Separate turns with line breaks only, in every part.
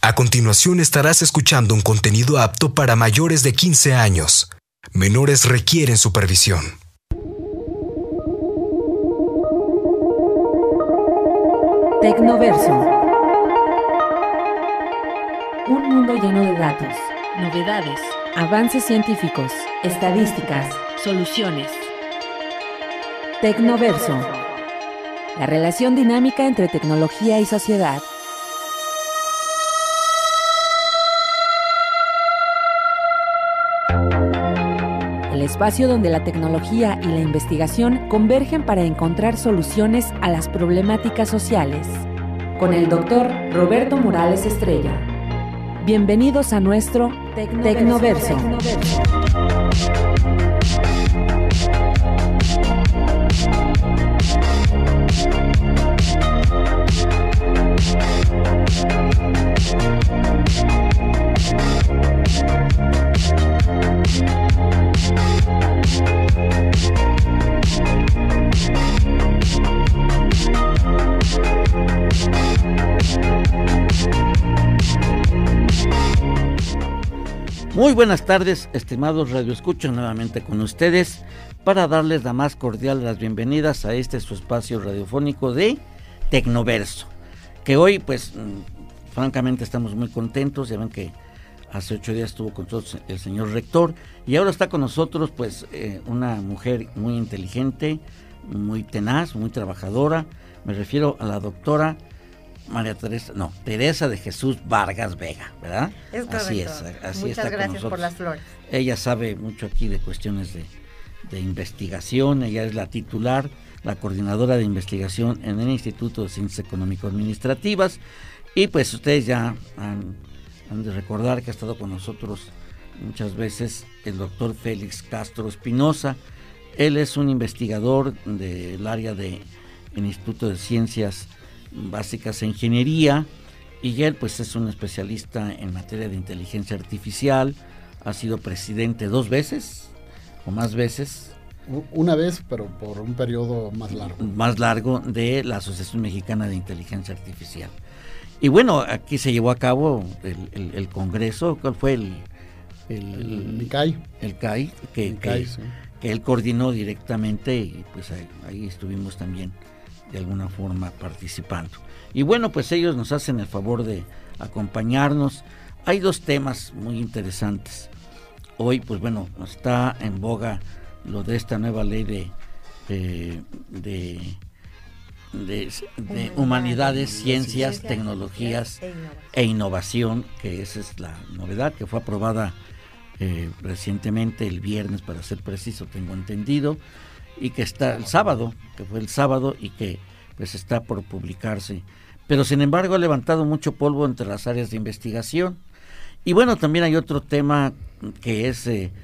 A continuación estarás escuchando un contenido apto para mayores de 15 años. Menores requieren supervisión.
Tecnoverso. Un mundo lleno de datos,
novedades,
avances científicos,
estadísticas, soluciones.
Tecnoverso. La relación dinámica entre tecnología y sociedad. El espacio donde la tecnología y la investigación convergen para encontrar soluciones a las problemáticas sociales. Con el Dr. Roberto Morales Estrella. Bienvenidos a nuestro Tecnoverso.
Muy buenas tardes, estimados radioescuchas, nuevamente con ustedes para darles la más cordial de las bienvenidas a este su espacio radiofónico de Tecnoverso, que hoy pues francamente estamos muy contentos. Ya ven que hace 8 días estuvo con nosotros el señor rector y ahora está con nosotros pues una mujer muy inteligente, muy tenaz, muy trabajadora. Me refiero a la doctora Teresa de Jesús Vargas Vega, ¿verdad?
Es correcto.
Así
Muchas
está
gracias por las flores.
Ella sabe mucho aquí de cuestiones de investigación. Ella es la titular, la coordinadora de investigación en el Instituto de Ciencias Económico-Administrativas. Y pues ustedes ya han de recordar que ha estado con nosotros muchas veces el doctor Félix Castro Espinosa. Él es un investigador del área del Instituto de Ciencias Básicas e Ingeniería, y él pues es un especialista en materia de inteligencia artificial. Ha sido presidente 2 veces o más veces.
Una vez, pero por un periodo más largo de la Asociación Mexicana de Inteligencia Artificial.
Y bueno, aquí se llevó a cabo el congreso. ¿Cuál fue
el CAI?
El CAI,
sí,
que él coordinó directamente, y pues ahí estuvimos también de alguna forma participando. Y bueno, pues ellos nos hacen el favor de acompañarnos. Hay 2 temas muy interesantes. Hoy, pues bueno, está en boga lo de esta nueva ley de humanidades, ciencias, tecnologías e innovación, que esa es la novedad, que fue aprobada recientemente, el viernes para ser preciso, tengo entendido, y que está el sábado, que fue el sábado, y que pues está por publicarse. Pero sin embargo ha levantado mucho polvo entre las áreas de investigación. Y bueno, también hay otro tema que es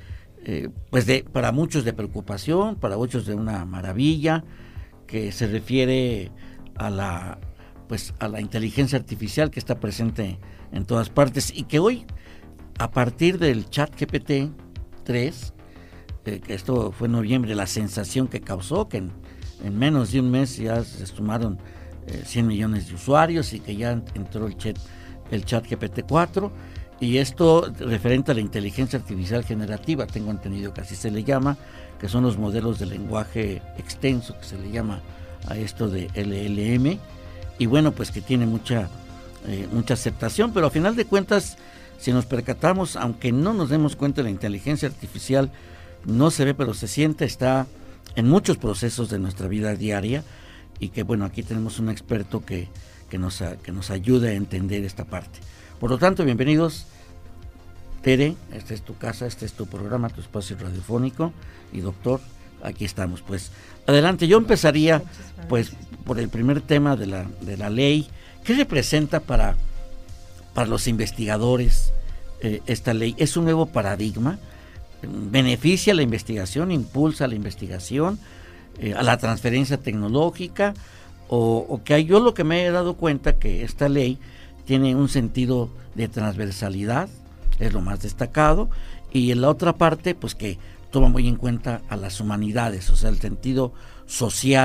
para muchos de preocupación, para muchos de una maravilla, que se refiere a la inteligencia artificial que está presente en todas partes, y que hoy, a partir del ChatGPT 3, que esto fue en noviembre, la sensación que causó, que en menos de un mes ya se sumaron 100 millones de usuarios, y que ya entró el ChatGPT 4, y esto referente a la inteligencia artificial generativa, tengo entendido que así se le llama, que son los modelos de lenguaje extenso, que se le llama a esto de LLM, y bueno, pues que tiene mucha aceptación. Pero a final de cuentas, si nos percatamos, aunque no nos demos cuenta, la inteligencia artificial no se ve pero se siente, está en muchos procesos de nuestra vida diaria, y que bueno, aquí tenemos un experto que nos ayude a entender esta parte. Por lo tanto, bienvenidos, Tere, esta es tu casa, este es tu programa, tu espacio radiofónico, y doctor, aquí estamos. Pues adelante. Yo empezaría pues por el primer tema de la ley. ¿Qué representa para los investigadores esta ley? ¿Es un nuevo paradigma? ¿Beneficia la investigación, impulsa la investigación, a la transferencia tecnológica? O que yo lo que me he dado cuenta que esta ley tiene un sentido de transversalidad, es lo más destacado, y en la otra parte pues que toma muy en cuenta a las humanidades, o sea, el sentido social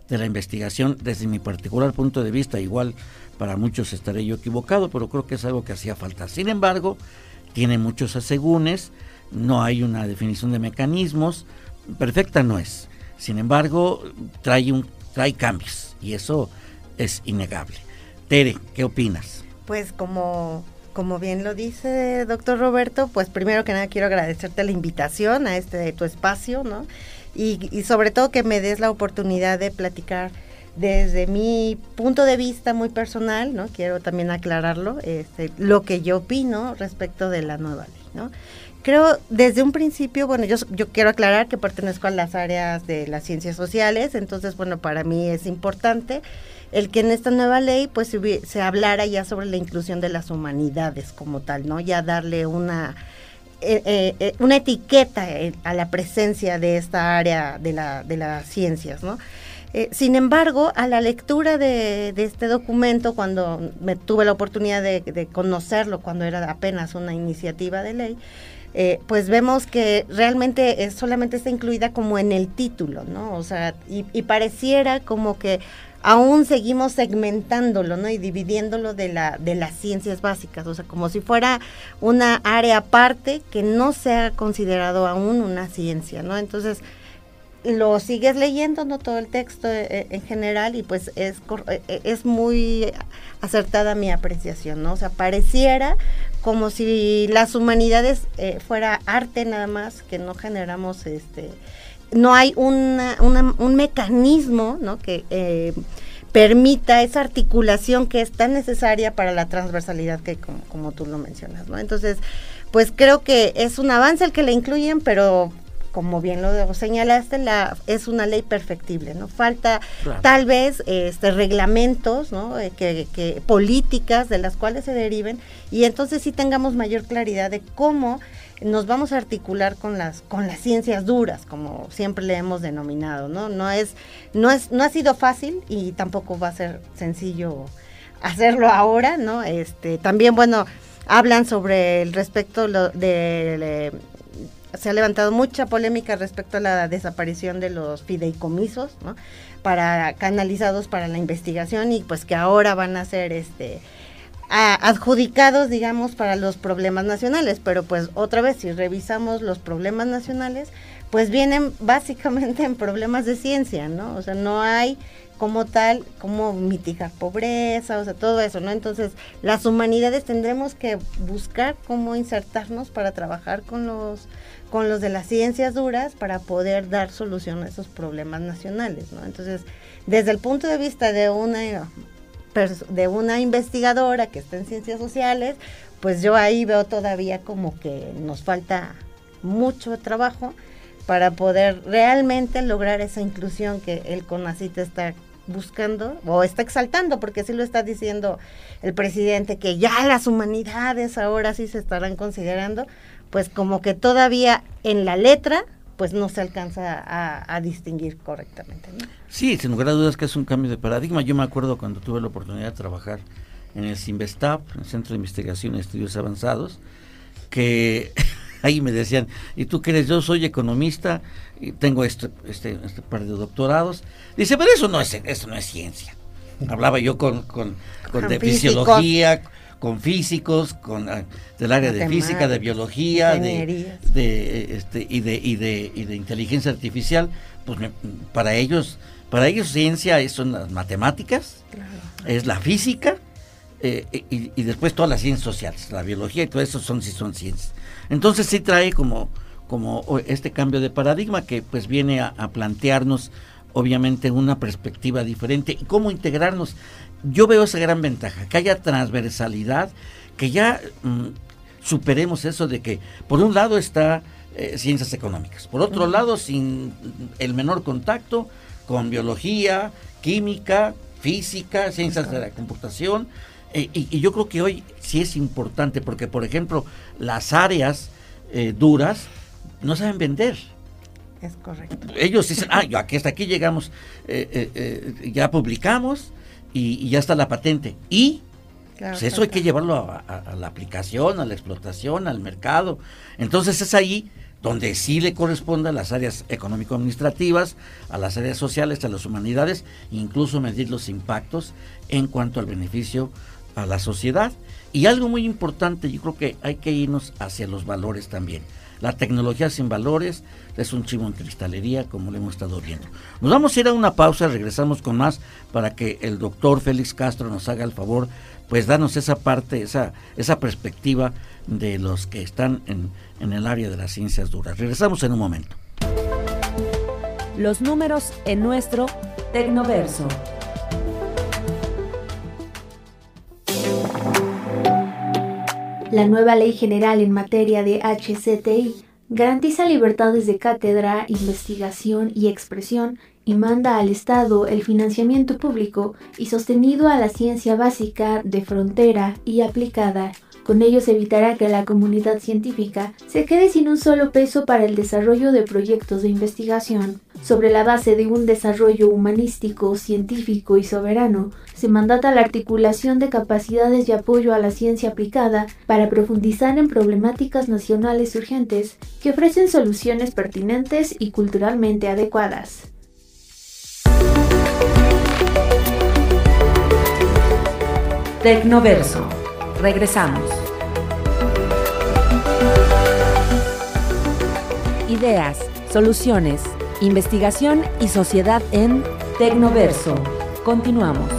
de la investigación, desde mi particular punto de vista. Igual para muchos estaré yo equivocado, pero creo que es algo que hacía falta. Sin embargo, tiene muchos asegúnes, no hay una definición de mecanismos, perfecta no es. Sin embargo, trae cambios, y eso es innegable. Tere, ¿qué opinas?
Pues como bien lo dice doctor Roberto, pues primero que nada quiero agradecerte la invitación a tu espacio, ¿no? Y sobre todo que me des la oportunidad de platicar desde mi punto de vista muy personal, ¿no? Quiero también aclararlo, lo que yo opino respecto de la nueva ley, ¿no? Creo desde un principio, bueno, yo quiero aclarar que pertenezco a las áreas de las ciencias sociales, entonces, bueno, para mí es importante el que en esta nueva ley pues se hablara ya sobre la inclusión de las humanidades como tal, ¿no? Ya darle una etiqueta a la presencia de esta área de las ciencias, ¿no? Sin embargo, a la lectura de este documento, cuando me tuve la oportunidad de conocerlo, cuando era apenas una iniciativa de ley, pues vemos que realmente solamente está incluida como en el título, ¿no? O sea, y pareciera como que aún seguimos segmentándolo, ¿no? Y dividiéndolo de las ciencias básicas, o sea, como si fuera una área aparte que no se ha considerado aún una ciencia, ¿no? Entonces, lo sigues leyendo, ¿no? Todo el texto en general, y pues es muy acertada mi apreciación, ¿no? O sea, pareciera como si las humanidades fuera arte nada más, que no generamos no hay un mecanismo, ¿no? Que permita esa articulación que es tan necesaria para la transversalidad que como tú lo mencionas, ¿no? Entonces, pues creo que es un avance el que le incluyen, pero como bien lo señalaste, es una ley perfectible, ¿no? Falta tal vez reglamentos, ¿no? Que políticas de las cuales se deriven, y entonces sí tengamos mayor claridad de cómo nos vamos a articular con las ciencias duras, como siempre le hemos denominado, ¿no? No ha sido fácil, y tampoco va a ser sencillo hacerlo ahora, ¿no? También, bueno, hablan sobre el respecto se ha levantado mucha polémica respecto a la desaparición de los fideicomisos, ¿no? Canalizados para la investigación, y pues que ahora van a ser adjudicados, digamos, para los problemas nacionales. Pero pues otra vez, si revisamos los problemas nacionales, pues vienen básicamente en problemas de ciencia, ¿no? O sea, no hay como tal, cómo mitigar pobreza, o sea, todo eso, ¿no? Entonces, las humanidades tendremos que buscar cómo insertarnos para trabajar con los de las ciencias duras, para poder dar solución a esos problemas nacionales, ¿no? Entonces, desde el punto de vista de una investigadora que está en ciencias sociales, pues yo ahí veo todavía como que nos falta mucho trabajo para poder realmente lograr esa inclusión que el CONACYT está buscando o está exaltando, porque sí lo está diciendo el presidente, que ya las humanidades ahora sí se estarán considerando, pues como que todavía en la letra pues no se alcanza a distinguir correctamente, ¿no? Sí,
sin lugar a dudas que es un cambio de paradigma. Yo me acuerdo cuando tuve la oportunidad de trabajar en el CINVESTAP, en el Centro de Investigación y Estudios Avanzados, que ahí me decían, ¿y tú qué eres? Yo soy economista y tengo este par de doctorados. Dice, pero eso no es ciencia. Hablaba yo con de fisiología, con físicos, del área de física, de biología, y de inteligencia artificial. Pues para ellos ciencia son las matemáticas, claro, es la física, y después todas las ciencias sociales, la biología y todo eso son ciencias. Entonces sí trae como este cambio de paradigma que pues viene a plantearnos obviamente una perspectiva diferente y cómo integrarnos. Yo veo esa gran ventaja, que haya transversalidad, que ya superemos eso de que por un lado está ciencias económicas, por otro lado sin el menor contacto con biología, química, física, ciencias de la computación, y yo creo que hoy sí es importante porque, por ejemplo, las áreas duras no saben vender.
Es correcto.
Ellos dicen, hasta aquí llegamos, ya publicamos y ya está la patente. Y claro, pues eso hay que llevarlo a la aplicación, a la explotación, al mercado. Entonces es ahí donde sí le corresponde a las áreas económico-administrativas, a las áreas sociales, a las humanidades, incluso medir los impactos en cuanto al beneficio a la sociedad. Y algo muy importante, yo creo que hay que irnos hacia los valores también. La tecnología sin valores es un chivo en cristalería, como lo hemos estado viendo. Nos vamos a ir a una pausa, regresamos con más para que el doctor Félix Castro nos haga el favor, pues darnos esa parte, esa perspectiva de los que están en el área de las ciencias duras. Regresamos en un momento.
Los números en nuestro Tecnoverso.
La nueva Ley General en materia de HCTI garantiza libertades de cátedra, investigación y expresión y manda al Estado el financiamiento público y sostenido a la ciencia básica, de frontera y aplicada. Con ello se evitará que la comunidad científica se quede sin un solo peso para el desarrollo de proyectos de investigación. Sobre la base de un desarrollo humanístico, científico y soberano, se mandata la articulación de capacidades de apoyo a la ciencia aplicada para profundizar en problemáticas nacionales urgentes que ofrecen soluciones pertinentes y culturalmente adecuadas.
Tecnoverso. Regresamos. Ideas, soluciones, investigación y sociedad en Tecnoverso. Continuamos.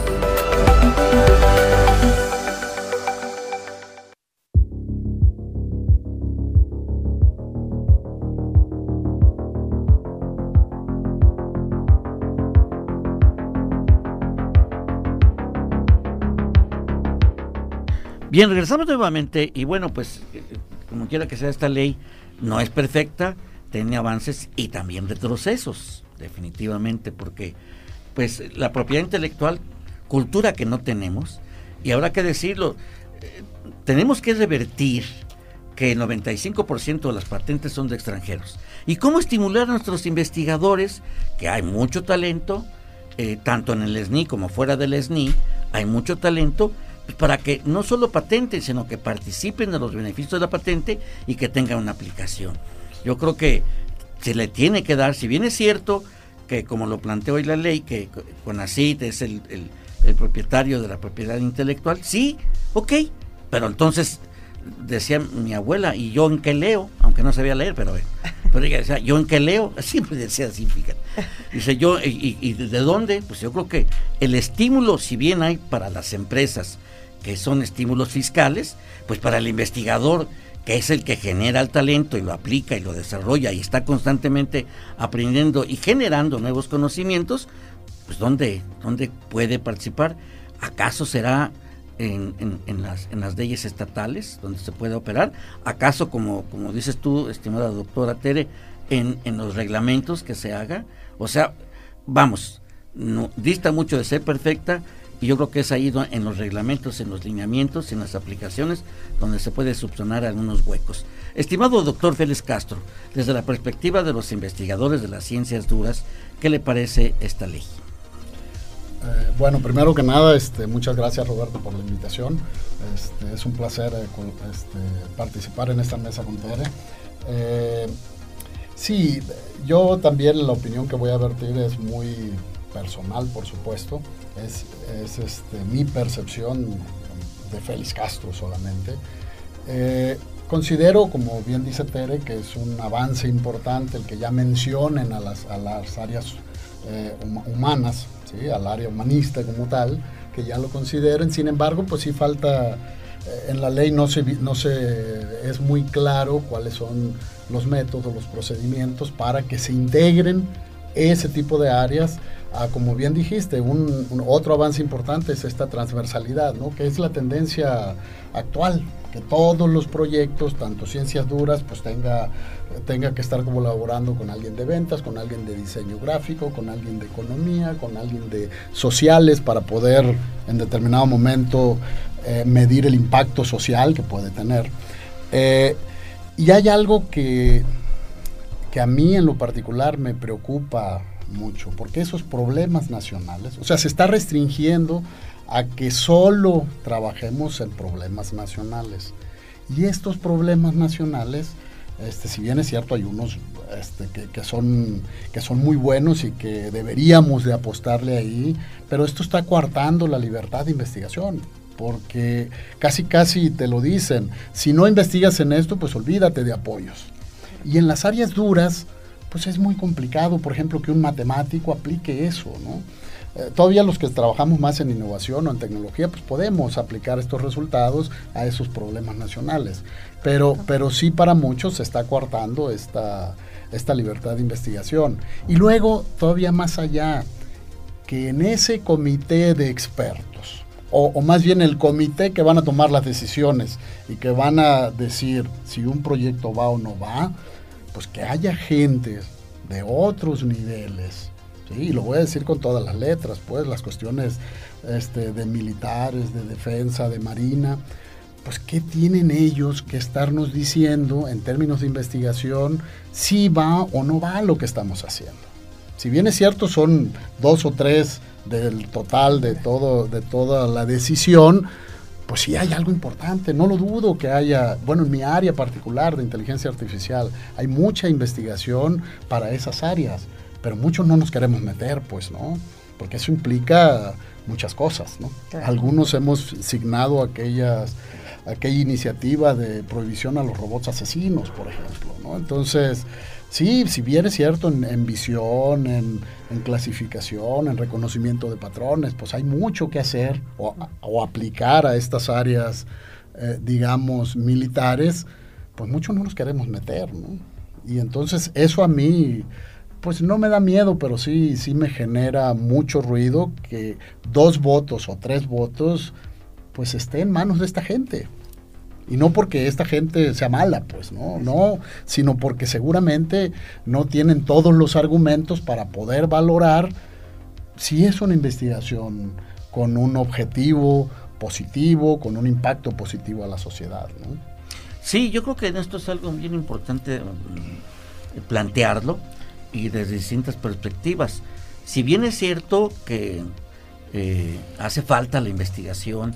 Bien, regresamos nuevamente y bueno, pues como quiera que sea, esta ley no es perfecta, tiene avances y también retrocesos, definitivamente, porque pues la propiedad intelectual, cultura que no tenemos, y habrá que decirlo, tenemos que revertir que el 95% de las patentes son de extranjeros. ¿Y cómo estimular a nuestros investigadores, que hay mucho talento, tanto en el SNI como fuera del SNI, hay mucho talento, para que no solo patenten, sino que participen de los beneficios de la patente y que tengan una aplicación? Yo creo que se le tiene que dar, si bien es cierto que como lo plantea hoy la ley, que CONACYT es el propietario de la propiedad intelectual, sí, ok, pero entonces decía mi abuela, ¿y yo en qué leo? Aunque no sabía leer, pero ella decía, ¿yo en qué leo? Siempre decía así, fíjate. Dice yo, ¿y de dónde? Pues yo creo que el estímulo, si bien hay para las empresas, que son estímulos fiscales, pues para el investigador, que es el que genera el talento y lo aplica y lo desarrolla y está constantemente aprendiendo y generando nuevos conocimientos, pues ¿dónde puede participar? ¿Acaso será en las leyes estatales donde se puede operar? ¿Acaso, como dices tú, estimada doctora Tere, en los reglamentos que se haga? O sea, vamos, no dista mucho de ser perfecta, y yo creo que es ahí en los reglamentos, en los lineamientos, en las aplicaciones, donde se puede subsanar algunos huecos. Estimado doctor Félix Castro, desde la perspectiva de los investigadores de las ciencias duras, ¿qué le parece esta ley?
Bueno, primero que nada, muchas gracias, Roberto, por la invitación. Es un placer participar en esta mesa con Tere. Sí, yo también la opinión que voy a vertir es muy personal, por supuesto. Es mi percepción de Félix Castro solamente. Considero, como bien dice Tere, que es un avance importante el que ya mencionen a las áreas humanas, ¿sí? Al área humanista como tal, que ya lo consideren. Sin embargo, pues sí falta, en la ley no es muy claro cuáles son los métodos, los procedimientos para que se integren ese tipo de áreas. Como bien dijiste, otro avance importante es esta transversalidad, ¿no? Que es la tendencia actual, que todos los proyectos, tanto ciencias duras, pues tenga que estar colaborando con alguien de ventas, con alguien de diseño gráfico, con alguien de economía, con alguien de sociales, para poder en determinado momento medir el impacto social que puede tener. Y hay algo que a mí en lo particular me preocupa mucho, porque esos problemas nacionales, o sea, se está restringiendo a que solo trabajemos en problemas nacionales, y estos problemas nacionales Si bien es cierto, hay unos que son muy buenos y que deberíamos de apostarle ahí, pero esto está coartando la libertad de investigación, porque casi te lo dicen, si no investigas en esto, pues olvídate de apoyos. Y en las áreas duras, pues es muy complicado, por ejemplo, que un matemático aplique eso, ¿no? Todavía los que trabajamos más en innovación o en tecnología, pues podemos aplicar estos resultados a esos problemas nacionales. Pero sí, para muchos se está coartando esta libertad de investigación. Y luego, todavía más allá, que en ese comité de expertos, o más bien el comité que van a tomar las decisiones y que van a decir si un proyecto va o no va, pues que haya gente de otros niveles. Sí, y lo voy a decir con todas las letras, pues las cuestiones de militares, de defensa, de marina, pues qué tienen ellos que estarnos diciendo en términos de investigación si va o no va lo que estamos haciendo. Si bien es cierto, son 2 o 3 del total de toda la decisión, pues sí hay algo importante, no lo dudo que haya, bueno, en mi área particular de inteligencia artificial, hay mucha investigación para esas áreas, pero muchos no nos queremos meter, pues, ¿no? Porque eso implica muchas cosas, ¿no? Claro. Algunos hemos signado aquella iniciativa de prohibición a los robots asesinos, por ejemplo, ¿no? Entonces, sí, si bien es cierto, en visión, en clasificación, en reconocimiento de patrones, pues hay mucho que hacer o aplicar a estas áreas, digamos, militares, pues muchos no nos queremos meter, ¿no? Y entonces eso a mí, pues no me da miedo, pero sí me genera mucho ruido que 2 votos o 3 votos, pues estén en manos de esta gente. Y no porque esta gente sea mala, pues, no, sino porque seguramente no tienen todos los argumentos para poder valorar si es una investigación con un objetivo positivo, con un impacto positivo a la sociedad, ¿no?
Sí, yo creo que en esto es algo bien importante plantearlo y desde distintas perspectivas. Si bien es cierto que hace falta la investigación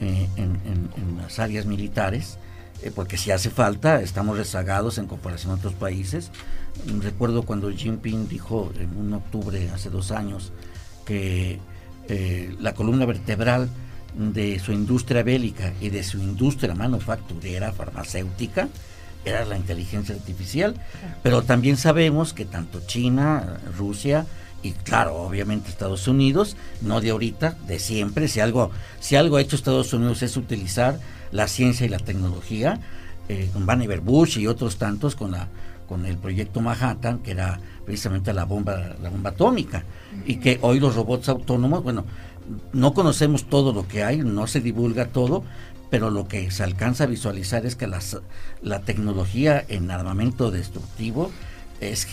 en las áreas militares, porque si hace falta, estamos rezagados en comparación a otros países. Recuerdo cuando Xi Jinping dijo en un octubre hace 2 años que la columna vertebral de su industria bélica y de su industria manufacturera farmacéutica era la inteligencia artificial, pero también sabemos que tanto China, Rusia y claro, obviamente Estados Unidos, no de ahorita, de siempre, si algo ha hecho Estados Unidos es utilizar la ciencia y la tecnología, con Vannevar Bush y otros tantos con el proyecto Manhattan, que era precisamente la bomba atómica, y que hoy los robots autónomos, bueno, no conocemos todo lo que hay, no se divulga todo, pero lo que se alcanza a visualizar es que la tecnología en armamento destructivo es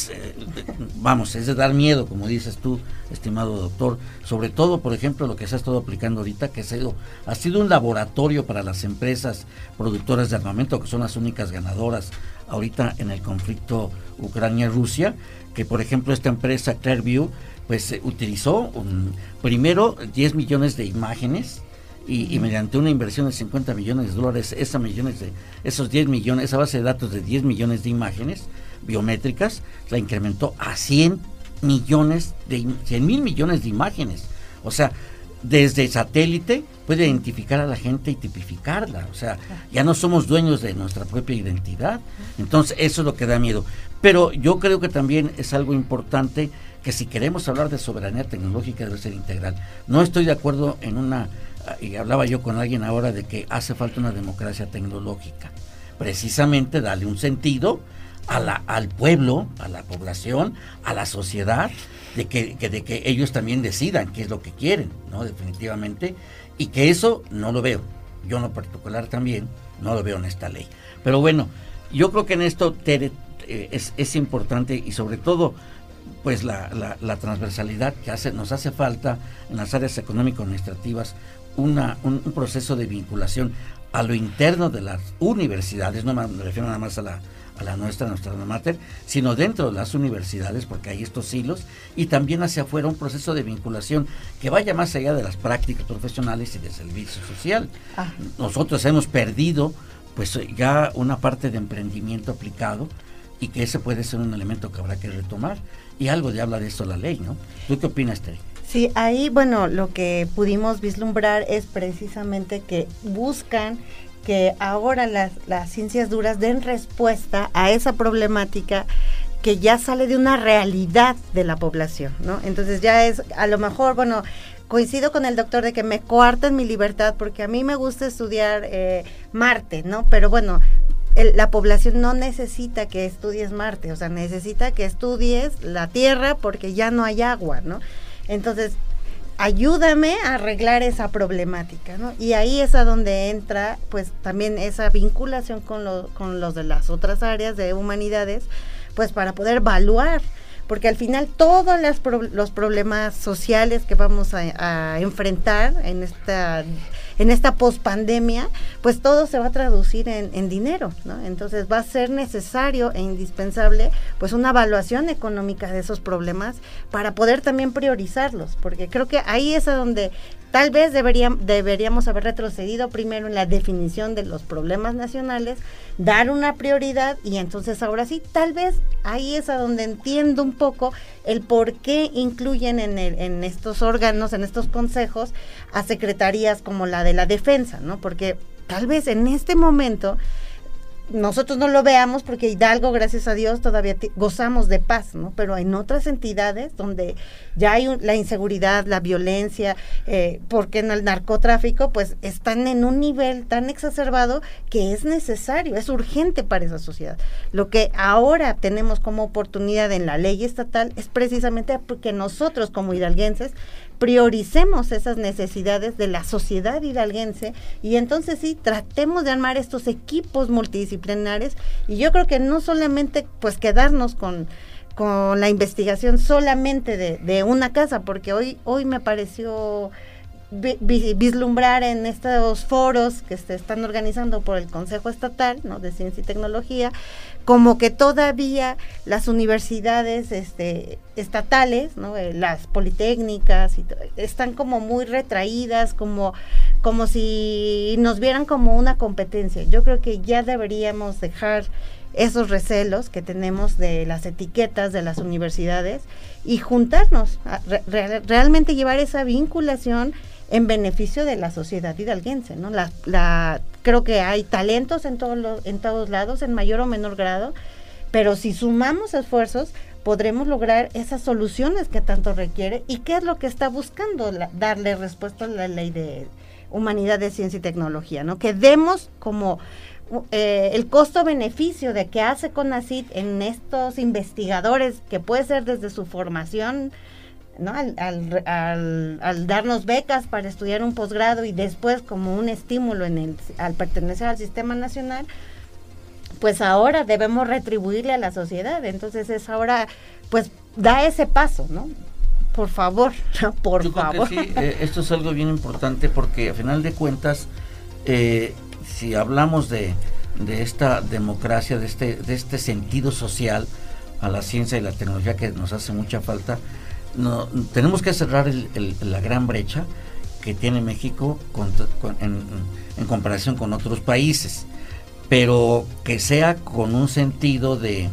de dar miedo, como dices tú, estimado doctor, sobre todo, por ejemplo, lo que se ha estado aplicando ahorita, que ha sido un laboratorio para las empresas productoras de armamento, que son las únicas ganadoras ahorita en el conflicto Ucrania-Rusia, que por ejemplo esta empresa Clearview, pues utilizó primero 10 millones de imágenes, y mediante una inversión de $50 millones, esa base de datos de 10 millones de imágenes biométricas, la incrementó a 100 mil millones de imágenes. O sea, desde satélite puede identificar a la gente y tipificarla. O sea, ya no somos dueños de nuestra propia identidad. Entonces, eso es lo que da miedo. Pero yo creo que también es algo importante que si queremos hablar de soberanía tecnológica debe ser integral. No estoy de acuerdo y hablaba yo con alguien ahora de que hace falta una democracia tecnológica, precisamente darle un sentido al pueblo, a la población, a la sociedad, de que ellos también decidan qué es lo que quieren, ¿no? Definitivamente, y que eso no lo veo, yo en lo particular también no lo veo en esta ley. Pero bueno, yo creo que en esto es importante y sobre todo pues la transversalidad que nos hace falta en las áreas económico-administrativas, un proceso de vinculación a lo interno de las universidades, no me refiero nada más a nuestra alma mater, sino dentro de las universidades, porque hay estos hilos, y también hacia afuera un proceso de vinculación que vaya más allá de las prácticas profesionales y de servicio social. Nosotros hemos perdido pues ya una parte de emprendimiento aplicado, y que ese puede ser un elemento que habrá que retomar, y algo de habla de esto la ley, ¿no? ¿Tú qué opinas, Tere?
Sí, ahí, bueno, lo que pudimos vislumbrar es precisamente que buscan que ahora las ciencias duras den respuesta a esa problemática que ya sale de una realidad de la población, ¿no? Entonces ya es, a lo mejor, bueno, coincido con el doctor de que me coartan mi libertad porque a mí me gusta estudiar Marte, ¿no? Pero bueno, la población no necesita que estudies Marte, o sea, necesita que estudies la Tierra porque ya no hay agua, ¿no? Entonces, ayúdame a arreglar esa problemática, ¿no? Y ahí es a donde entra, pues, también esa vinculación con los de las otras áreas de humanidades, pues, para poder evaluar, porque al final todos los problemas sociales que vamos a enfrentar en esta pospandemia, pues todo se va a traducir en dinero, ¿no? Entonces va a ser necesario e indispensable pues una evaluación económica de esos problemas para poder también priorizarlos, porque creo que ahí es a donde tal vez deberíamos haber retrocedido primero en la definición de los problemas nacionales, dar una prioridad y entonces ahora sí, tal vez ahí es a donde entiendo un poco el por qué incluyen en estos órganos, en estos consejos, a secretarías como la de la defensa, ¿no? Porque tal vez en este momento nosotros no lo veamos porque Hidalgo, gracias a Dios, todavía gozamos de paz, ¿no? Pero en otras entidades donde ya hay la inseguridad, la violencia, porque en el narcotráfico, pues están en un nivel tan exacerbado que es necesario, es urgente para esa sociedad. Lo que ahora tenemos como oportunidad en la ley estatal es precisamente porque nosotros como hidalguenses prioricemos esas necesidades de la sociedad hidalguense y entonces sí, tratemos de armar estos equipos multidisciplinares y yo creo que no solamente pues quedarnos con la investigación solamente de una casa, porque hoy me pareció vislumbrar en estos foros que se están organizando por el Consejo Estatal, ¿no?, de Ciencia y Tecnología, como que todavía las universidades estatales, ¿no?, las politécnicas, están como muy retraídas, como si nos vieran como una competencia. Yo creo que ya deberíamos dejar esos recelos que tenemos de las etiquetas de las universidades y juntarnos, realmente llevar esa vinculación en beneficio de la sociedad hidalguense, ¿no? Creo que hay talentos en todos lados, en mayor o menor grado, pero si sumamos esfuerzos, podremos lograr esas soluciones que tanto requiere. ¿Y qué es lo que está buscando darle respuesta a la ley de humanidades, ciencia y tecnología, ¿no? Que demos como el costo-beneficio de que hace CONACYT en estos investigadores, que puede ser desde su formación, ¿no?, al darnos becas para estudiar un posgrado y después como un estímulo al pertenecer al sistema nacional, pues ahora debemos retribuirle a la sociedad. Entonces es ahora, pues da ese paso, ¿no? Por favor, por
Yo
favor.
Creo que sí, esto es algo bien importante porque a final de cuentas, si hablamos de esta democracia, de este sentido social a la ciencia y la tecnología que nos hace mucha falta, no, tenemos que cerrar la gran brecha que tiene México en comparación con otros países, pero que sea con un sentido de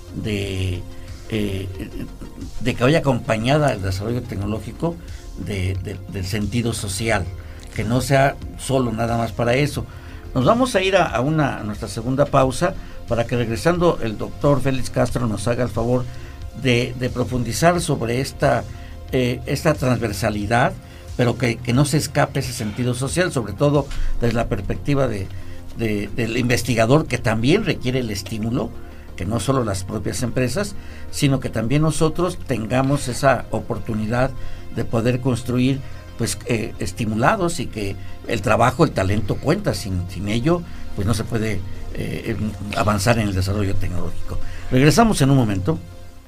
que vaya acompañada el desarrollo tecnológico del sentido social, que no sea solo nada más para eso. Nos vamos a ir a nuestra segunda pausa para que, regresando, el doctor Félix Castro nos haga el favor de profundizar sobre esta transversalidad, pero que no se escape ese sentido social, sobre todo desde la perspectiva del investigador, que también requiere el estímulo, que no solo las propias empresas, sino que también nosotros tengamos esa oportunidad de poder construir, pues, estimulados, y que el trabajo, el talento cuenta. Sin ello, pues no se puede avanzar en el desarrollo tecnológico. Regresamos en un momento.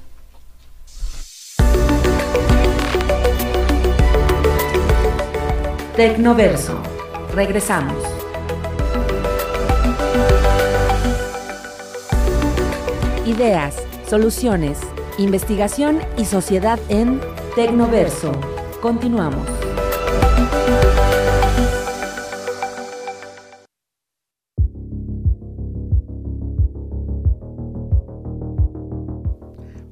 Tecnoverso. Regresamos. Ideas, soluciones, investigación y sociedad en Tecnoverso. Continuamos.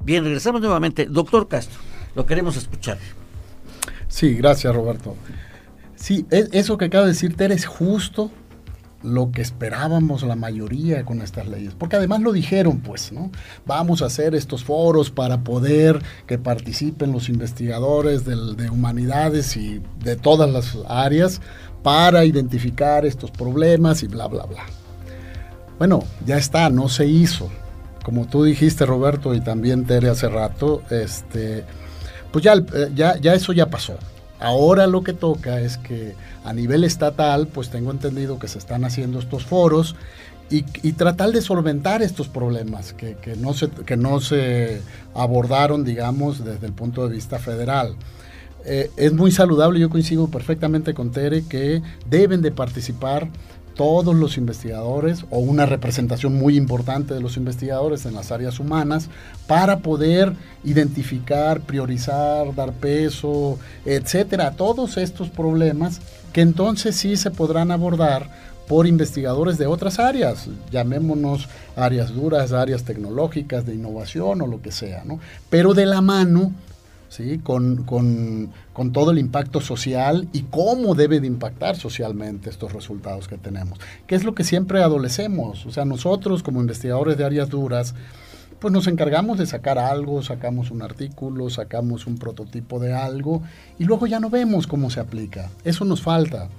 Bien, regresamos nuevamente. Doctor Castro, lo queremos escuchar.
Sí, gracias, Roberto. Sí, eso que acaba de decir Tere es justo lo que esperábamos la mayoría con estas leyes, porque además lo dijeron, pues, ¿no? Vamos a hacer estos foros para poder que participen los investigadores de humanidades y de todas las áreas para identificar estos problemas y bla, bla, bla. Bueno, ya está, no se hizo. Como tú dijiste, Roberto, y también Tere hace rato, pues ya eso ya pasó. Ahora lo que toca es que a nivel estatal, pues tengo entendido que se están haciendo estos foros y tratar de solventar estos problemas que no se abordaron, digamos, desde el punto de vista federal. Es muy saludable, yo coincido perfectamente con Tere, que deben de participar todos los investigadores o una representación muy importante de los investigadores en las áreas humanas para poder identificar, priorizar, dar peso, etcétera, todos estos problemas que entonces sí se podrán abordar por investigadores de otras áreas, llamémonos áreas duras, áreas tecnológicas, de innovación o lo que sea, ¿no? Pero de la mano, ¿sí? Con todo el impacto social y cómo debe de impactar socialmente estos resultados que tenemos, que es lo que siempre adolecemos. O sea, nosotros como investigadores de áreas duras, pues nos encargamos de sacar algo, sacamos un artículo, sacamos un prototipo de algo y luego ya no vemos cómo se aplica. Eso nos falta.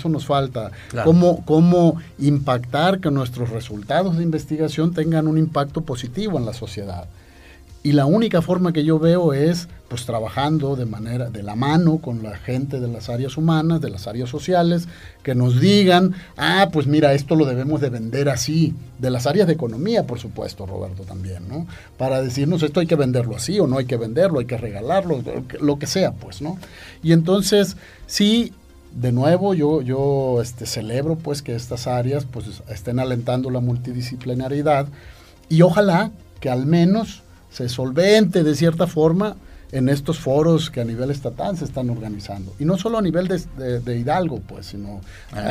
Claro. Cómo impactar que nuestros resultados de investigación tengan un impacto positivo en la sociedad. Y la única forma que yo veo es pues trabajando de la mano con la gente de las áreas humanas, de las áreas sociales, que nos digan, pues mira, esto lo debemos de vender así, de las áreas de economía, por supuesto, Roberto, también, ¿no? Para decirnos esto hay que venderlo así o no hay que venderlo, hay que regalarlo, lo que sea, pues, ¿no? Y entonces, sí, de nuevo, yo celebro pues que estas áreas pues estén alentando la multidisciplinariedad y ojalá que al menos se solvente de cierta forma en estos foros que a nivel estatal se están organizando. Y no solo a nivel de Hidalgo, pues, sino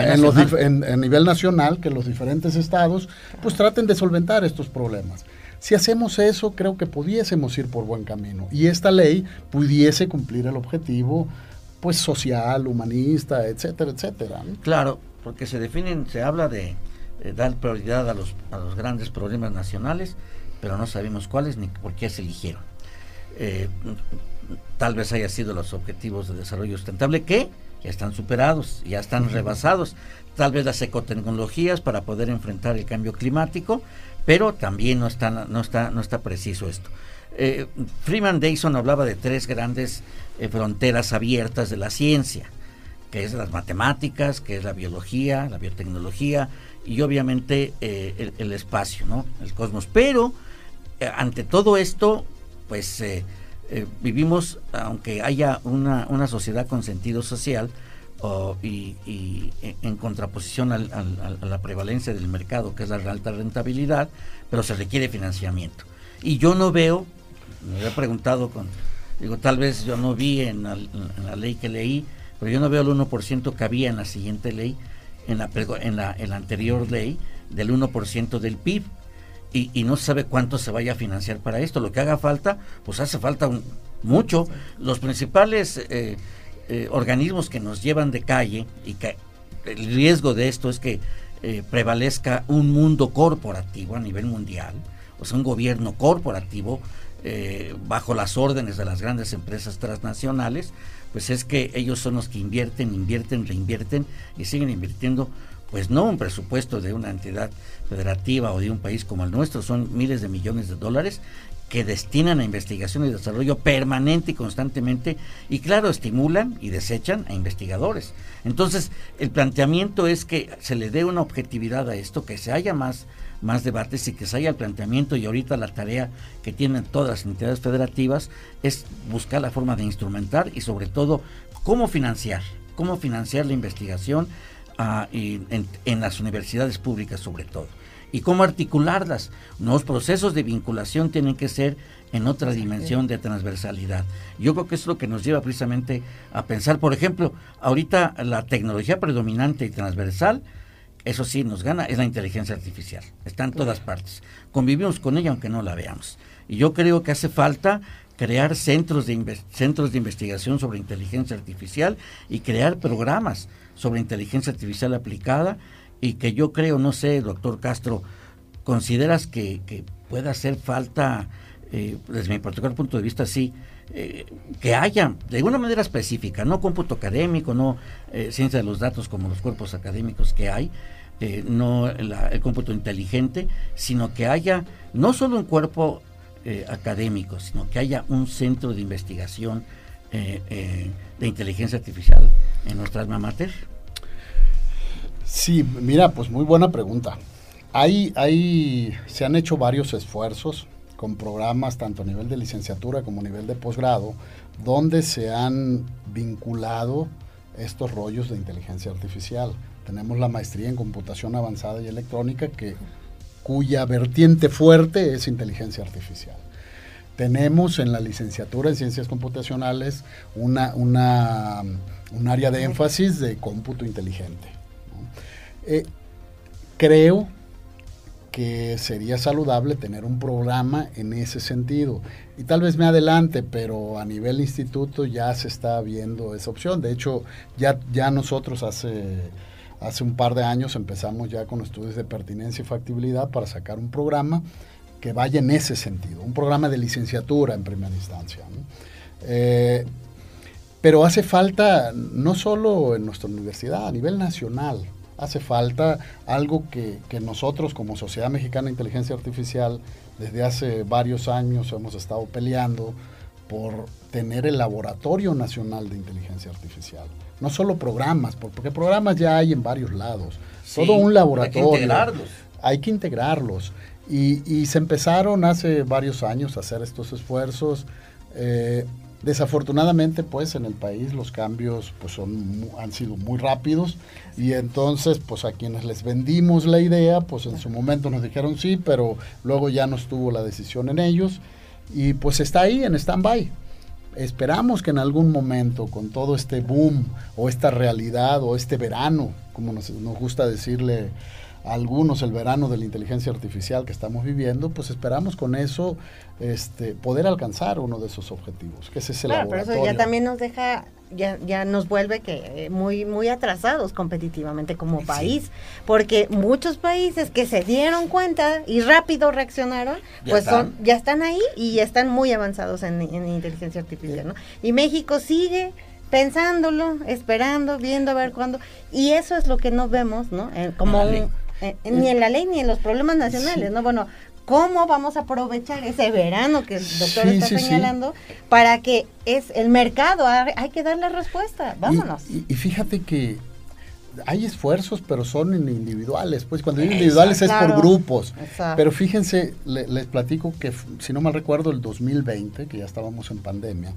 a nivel nacional, que los diferentes estados pues traten de solventar estos problemas. Si hacemos eso, creo que pudiésemos ir por buen camino. Y esta ley pudiese cumplir el objetivo pues social, humanista, etcétera, etcétera, ¿no?
Claro, porque se habla de dar prioridad a los grandes problemas nacionales, pero no sabemos cuáles ni por qué se eligieron. Tal vez haya sido los objetivos de desarrollo sustentable que ya están superados, ya están rebasados. Tal vez las ecotecnologías para poder enfrentar el cambio climático, pero también no está preciso esto. Freeman Dyson hablaba de 3 grandes fronteras abiertas de la ciencia, que es las matemáticas, que es la biología, la biotecnología y obviamente el espacio, ¿no? El cosmos. Pero ante todo esto, pues vivimos, aunque haya una sociedad con sentido social y en contraposición a la prevalencia del mercado, que es la alta rentabilidad, pero se requiere financiamiento. Y yo no veo, me había preguntado tal vez yo no vi en la ley que leí, pero yo no veo el 1% que había en la siguiente ley, en la anterior ley, del 1% del PIB. Y no se sabe cuánto se vaya a financiar para esto. Lo que haga falta, pues hace falta mucho. Los principales organismos que nos llevan de calle, y que el riesgo de esto es que prevalezca un mundo corporativo a nivel mundial, o sea, un gobierno corporativo bajo las órdenes de las grandes empresas transnacionales, pues es que ellos son los que invierten, reinvierten y siguen invirtiendo. Pues no un presupuesto de una entidad federativa o de un país como el nuestro, son miles de millones de dólares que destinan a investigación y desarrollo permanente y constantemente, y claro, estimulan y desechan a investigadores. Entonces, el planteamiento es que se le dé una objetividad a esto, que se haya más debates y que se haya el planteamiento, y ahorita la tarea que tienen todas las entidades federativas es buscar la forma de instrumentar y sobre todo cómo financiar la investigación y en las universidades públicas sobre todo, y cómo articularlas. Los procesos de vinculación tienen que ser en otra dimensión de transversalidad. Yo creo que es lo que nos lleva precisamente a pensar, por ejemplo, ahorita la tecnología predominante y transversal eso sí, nos gana, es la inteligencia artificial. Está en todas partes. Convivimos con ella aunque no la veamos. Y yo creo que hace falta crear centros de investigación sobre inteligencia artificial y crear programas sobre inteligencia artificial aplicada, y que yo creo, no sé, doctor Castro, ¿consideras que pueda hacer falta, desde mi particular punto de vista, sí, que haya de alguna manera específica, no cómputo académico, no ciencia de los datos como los cuerpos académicos que hay, no el cómputo inteligente, sino que haya no solo un cuerpo académico, sino que haya un centro de investigación de inteligencia artificial en nuestra alma mater?
Sí, mira, pues muy buena pregunta. Se han hecho varios esfuerzos con programas tanto a nivel de licenciatura como a nivel de posgrado, donde se han vinculado estos rollos de inteligencia artificial. Tenemos la maestría en computación avanzada y electrónica, cuya vertiente fuerte es inteligencia artificial. Tenemos en la licenciatura en ciencias computacionales un área de énfasis de cómputo inteligente, ¿no? Creo que sería saludable tener un programa en ese sentido. Y tal vez me adelante, pero a nivel instituto ya se está viendo esa opción. De hecho, ya nosotros hace un par de años empezamos ya con estudios de pertinencia y factibilidad para sacar un programa que vaya en ese sentido, un programa de licenciatura en primera instancia, ¿no? Pero hace falta, no solo en nuestra universidad, a nivel nacional, hace falta algo que nosotros como Sociedad Mexicana de Inteligencia Artificial desde hace varios años hemos estado peleando por tener el Laboratorio Nacional de Inteligencia Artificial. No solo programas, porque programas ya hay en varios lados. Sí, todo un laboratorio. Hay que integrarlos. Y se empezaron hace varios años a hacer estos esfuerzos. Desafortunadamente, pues, en el país los cambios pues han sido muy rápidos, y entonces, pues, a quienes les vendimos la idea, pues, en su momento nos dijeron sí, pero luego ya no estuvo la decisión en ellos, y pues está ahí en stand-by. Esperamos que en algún momento, con todo este boom, o esta realidad, o este verano, como nos gusta decirle a algunos, el verano de la inteligencia artificial que estamos viviendo, pues esperamos con eso poder alcanzar uno de esos objetivos, que es ese laboratorio.
Pero eso ya también nos deja, ya nos vuelve muy, muy atrasados competitivamente como país, sí. Porque muchos países que se dieron cuenta y rápido reaccionaron, ya están ahí y están muy avanzados en inteligencia artificial, ¿no? Y México sigue pensándolo, esperando, viendo a ver cuándo, y eso es lo que no vemos, ¿no? Ni en la ley ni en los problemas nacionales, sí. ¿No? Bueno, ¿cómo vamos a aprovechar ese verano que el doctor está señalando para que es el mercado? Hay que darle respuesta, vámonos.
Y fíjate que hay esfuerzos, pero son individuales, pues cuando digo individuales es por grupos. Exacto. Pero fíjense, les platico que, si no mal recuerdo, el 2020, que ya estábamos en pandemia,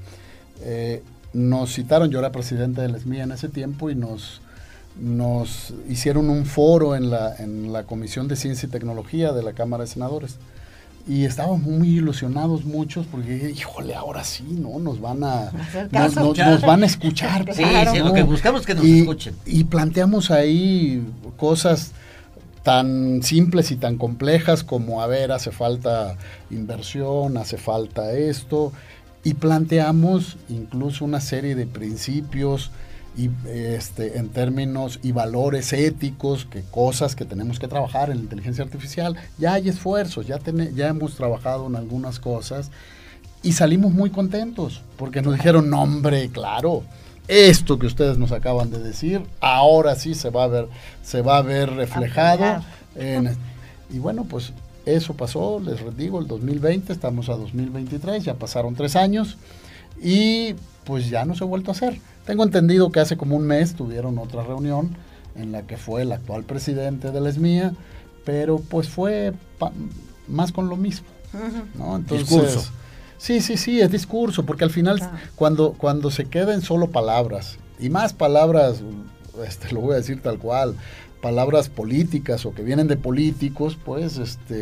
nos citaron, yo era presidente del ESMIA en ese tiempo, y nos hicieron un foro en la Comisión de Ciencia y Tecnología de la Cámara de Senadores, y estábamos muy ilusionados muchos, porque híjole, ahora sí, ¿no? Nos van a escuchar.
Sí, ¿no? Sí, lo que buscamos es que nos escuchen.
Y planteamos ahí cosas tan simples y tan complejas como, hace falta inversión, hace falta esto, y planteamos incluso una serie de principios y en términos y valores éticos, cosas que tenemos que trabajar en la inteligencia artificial. Ya hay esfuerzos, ya hemos trabajado en algunas cosas y salimos muy contentos porque nos dijeron, no, hombre, claro, esto que ustedes nos acaban de decir ahora sí se va a ver reflejado y bueno, pues eso pasó, les digo, el 2020, estamos a 2023, ya pasaron 3 años y pues ya no se ha vuelto a hacer. Tengo entendido que hace como un mes tuvieron otra reunión en la que fue el actual presidente del ESMIA, pero pues fue más con lo mismo, ¿no? Entonces, discurso. Sí, es discurso, porque al final cuando se queda en solo palabras, y más palabras, lo voy a decir tal cual, palabras políticas o que vienen de políticos, pues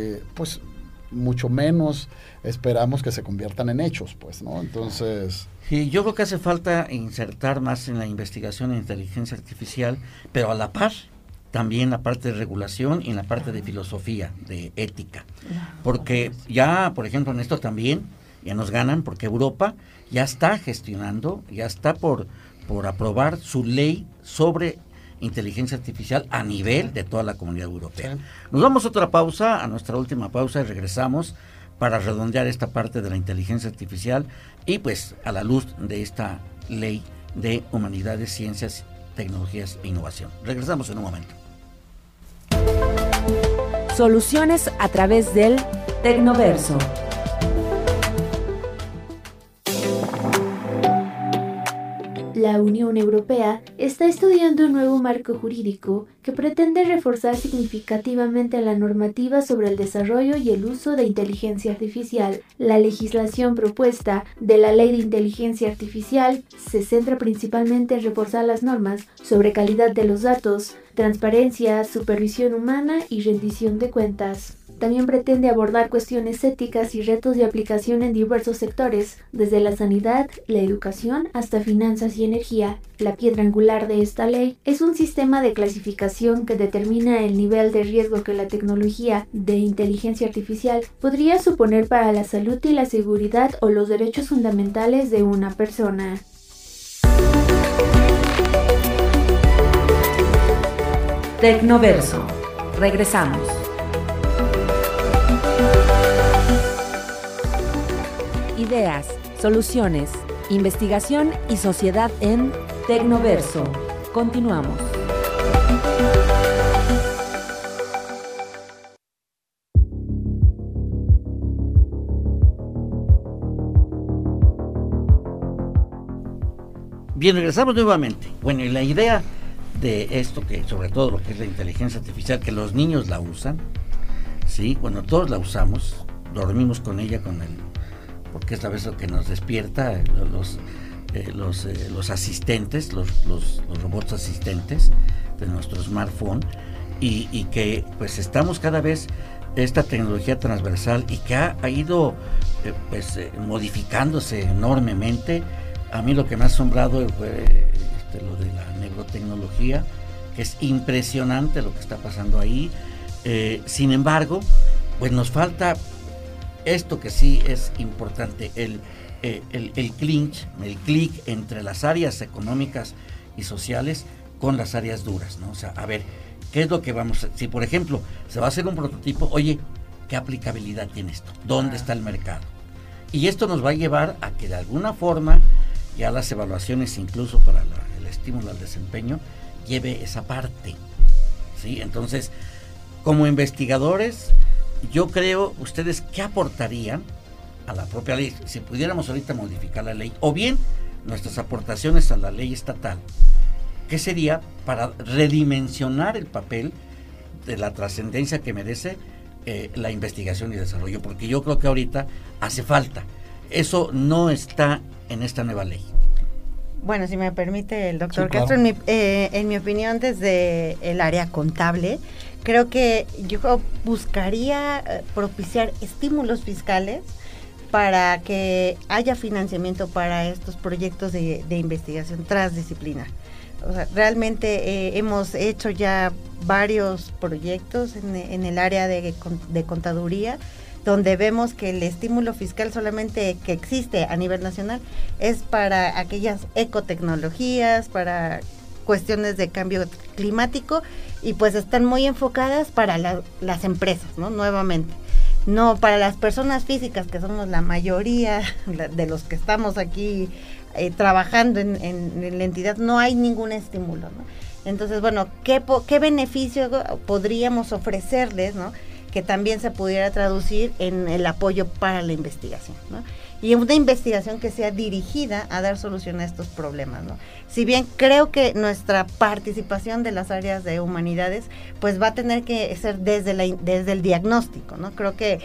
mucho menos esperamos que se conviertan en hechos, pues, ¿no? Entonces...
Sí, yo creo que hace falta insertar más en la investigación en inteligencia artificial, pero a la par también la parte de regulación y en la parte de filosofía, de ética. Porque ya, por ejemplo, en esto también, ya nos ganan, porque Europa ya está gestionando, ya está por aprobar su ley sobre inteligencia artificial a nivel de toda la comunidad europea. Sí. Nos vamos a otra pausa, a nuestra última pausa, y regresamos para redondear esta parte de la inteligencia artificial y pues a la luz de esta ley de humanidades, ciencias, tecnologías e innovación. Regresamos en un momento.
Soluciones a través del Tecnoverso.
La Unión Europea está estudiando un nuevo marco jurídico que pretende reforzar significativamente la normativa sobre el desarrollo y el uso de inteligencia artificial. La legislación propuesta de la Ley de Inteligencia Artificial se centra principalmente en reforzar las normas sobre calidad de los datos, transparencia, supervisión humana y rendición de cuentas. También pretende abordar cuestiones éticas y retos de aplicación en diversos sectores, desde la sanidad, la educación hasta finanzas y energía. La piedra angular de esta ley es un sistema de clasificación que determina el nivel de riesgo que la tecnología de inteligencia artificial podría suponer para la salud y la seguridad o los derechos fundamentales de una persona.
Tecnoverso. Regresamos. Ideas, soluciones, investigación y sociedad en Tecnoverso. Continuamos.
Bien, regresamos nuevamente. Bueno, y la idea de esto, que sobre todo lo que es la inteligencia artificial, que los niños la usan, ¿sí? Bueno, todos la usamos, dormimos con ella, porque es a veces lo que nos despierta, los asistentes, los robots asistentes de nuestro smartphone, y que pues estamos cada vez esta tecnología transversal y que ha ido modificándose enormemente. A mí lo que me ha asombrado fue lo de la neurotecnología, que es impresionante lo que está pasando ahí. Sin embargo, pues nos falta esto que sí es importante, el clic entre las áreas económicas y sociales con las áreas duras, ¿no? O sea, a ver, ¿qué es lo que vamos a hacer? Si, por ejemplo, se va a hacer un prototipo, oye, ¿qué aplicabilidad tiene esto? ¿Dónde está el mercado? Y esto nos va a llevar a que de alguna forma ya las evaluaciones, incluso para el estímulo al desempeño, lleve esa parte, ¿sí? Entonces, como investigadores, yo creo, ustedes, ¿qué aportarían a la propia ley? Si pudiéramos ahorita modificar la ley, o bien nuestras aportaciones a la ley estatal, ¿qué sería para redimensionar el papel de la trascendencia que merece la investigación y desarrollo? Porque yo creo que ahorita hace falta. Eso no está en esta nueva ley.
Bueno, si me permite el doctor
Sí, claro.
Castro, en mi opinión, desde el área contable, creo que yo buscaría propiciar estímulos fiscales para que haya financiamiento para estos proyectos de investigación transdisciplinar. O sea, realmente hemos hecho ya varios proyectos en el área de contaduría, donde vemos que el estímulo fiscal solamente que existe a nivel nacional es para aquellas ecotecnologías, para cuestiones de cambio climático, y pues están muy enfocadas para las empresas, ¿no? Nuevamente, no para las personas físicas, que somos la mayoría de los que estamos aquí trabajando en la entidad. No hay ningún estímulo, ¿no? Entonces, bueno, ¿qué beneficio podríamos ofrecerles, ¿no? Que también se pudiera traducir en el apoyo para la investigación, ¿no? Y una investigación que sea dirigida a dar solución a estos problemas, ¿no? Si bien creo que nuestra participación de las áreas de humanidades pues va a tener que ser desde el diagnóstico, ¿no? Creo que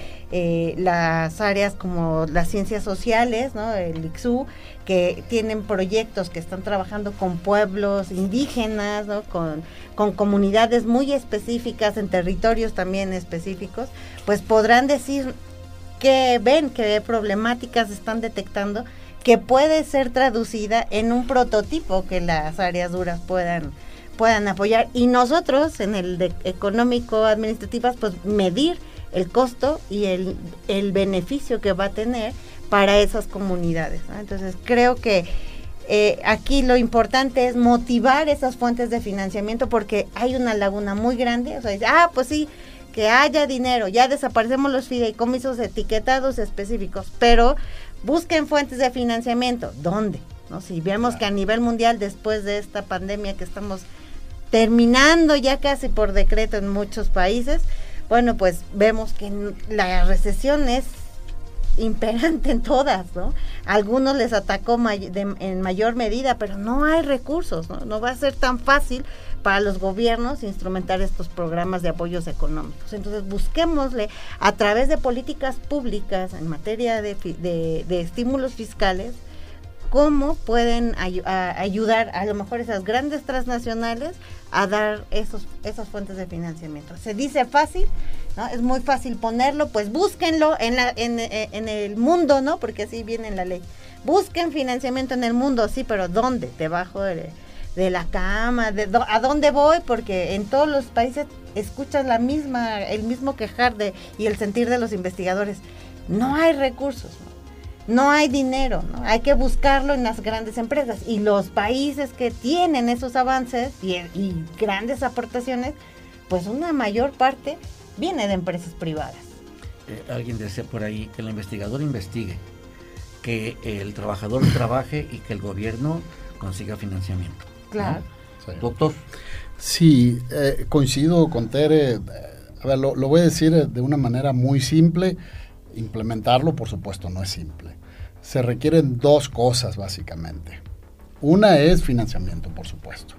las áreas como las ciencias sociales, ¿no? El ICSU, que tienen proyectos que están trabajando con pueblos indígenas, ¿no? Con comunidades muy específicas, en territorios también específicos, pues podrán decir que ven, qué problemáticas están detectando, que puede ser traducida en un prototipo que las áreas duras puedan puedan apoyar, y nosotros en el de económico-administrativas, pues medir el costo y el beneficio que va a tener para esas comunidades, ¿no? Entonces creo que aquí lo importante es motivar esas fuentes de financiamiento, porque hay una laguna muy grande. O sea, pues sí, que haya dinero, ya desaparecemos los fideicomisos etiquetados específicos, pero busquen fuentes de financiamiento. ¿Dónde? ¿No? Si vemos que a nivel mundial, después de esta pandemia que estamos terminando ya casi por decreto en muchos países, bueno, pues vemos que la recesión es imperante en todas, ¿no? A algunos les atacó en mayor medida, pero no hay recursos, ¿no? No va a ser tan fácil para los gobiernos instrumentar estos programas de apoyos económicos. Entonces busquémosle a través de políticas públicas en materia de estímulos fiscales, cómo pueden ayudar a lo mejor esas grandes transnacionales a dar esas fuentes de financiamiento. Se dice fácil, ¿no? Es muy fácil ponerlo, pues búsquenlo en el mundo, ¿no? Porque así viene en la ley. Busquen financiamiento en el mundo, sí, pero ¿dónde? Debajo de la cama, ¿a dónde voy? Porque en todos los países escuchas el mismo quejar y el sentir de los investigadores. No hay recursos, no hay dinero, ¿no? Hay que buscarlo en las grandes empresas, y los países que tienen esos avances y grandes aportaciones, pues una mayor parte viene de empresas privadas.
Alguien decía por ahí que el investigador investigue, que el trabajador trabaje y que el gobierno consiga financiamiento.
Claro.
¿No?
Sí. Doctor.
Sí, coincido con Tere. A ver, lo voy a decir de una manera muy simple. Implementarlo, por supuesto, no es simple. Se requieren dos cosas, básicamente. Una es financiamiento, por supuesto,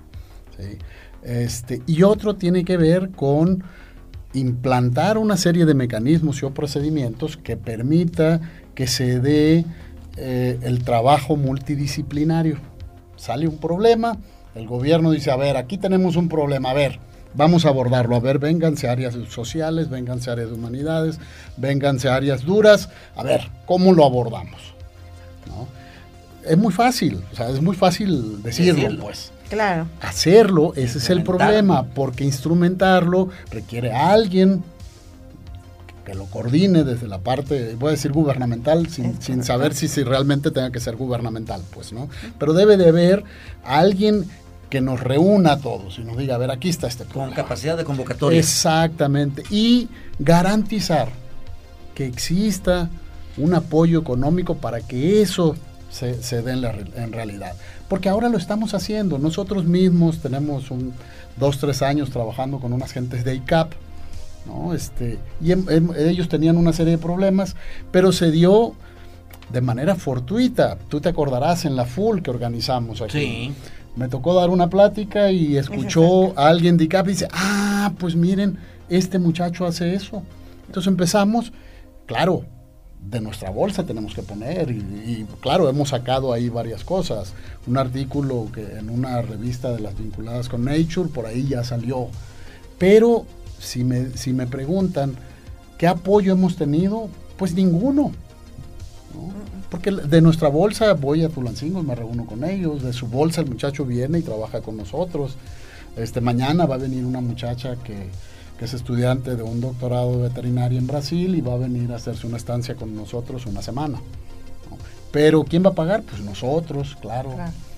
¿sí? Y otro tiene que ver con implantar una serie de mecanismos o procedimientos que permita que se dé el trabajo multidisciplinario. Sale un problema, el gobierno dice, a ver, aquí tenemos un problema, a ver, vamos a abordarlo, a ver, vénganse áreas sociales, vénganse áreas de humanidades, vénganse áreas duras, a ver, ¿cómo lo abordamos? ¿No? Es muy fácil, o sea, es muy fácil decirlo, pues.
Claro.
Hacerlo, ese es el problema, porque instrumentarlo requiere a alguien que lo coordine desde la parte, voy a decir gubernamental, sin saber si realmente tenga que ser gubernamental, pues, ¿no? Pero debe de haber alguien que nos reúna a todos y nos diga, a ver, aquí está este problema.
Con capacidad de convocatoria.
Exactamente, y garantizar que exista un apoyo económico para que eso se dé en realidad. Porque ahora lo estamos haciendo, nosotros mismos tenemos 2-3 años trabajando con unas gentes de ICAP, ¿no? Y ellos tenían una serie de problemas, pero se dio de manera fortuita. Tú te acordarás en la FUL que organizamos aquí.
Sí.
Me tocó dar una plática y escuchó a alguien de ICAP y dice, pues miren, este muchacho hace eso. Entonces empezamos, claro, de nuestra bolsa tenemos que poner y claro, hemos sacado ahí varias cosas. Un artículo que en una revista de las vinculadas con Nature, por ahí ya salió. Pero si me preguntan, ¿qué apoyo hemos tenido? Pues ninguno, ¿no? Porque de nuestra bolsa voy a Tulancingo y me reúno con ellos, de su bolsa el muchacho viene y trabaja con nosotros. Mañana va a venir una muchacha que es estudiante de un doctorado de veterinaria en Brasil y va a venir a hacerse una estancia con nosotros una semana, ¿no? Pero ¿quién va a pagar? Pues nosotros, claro.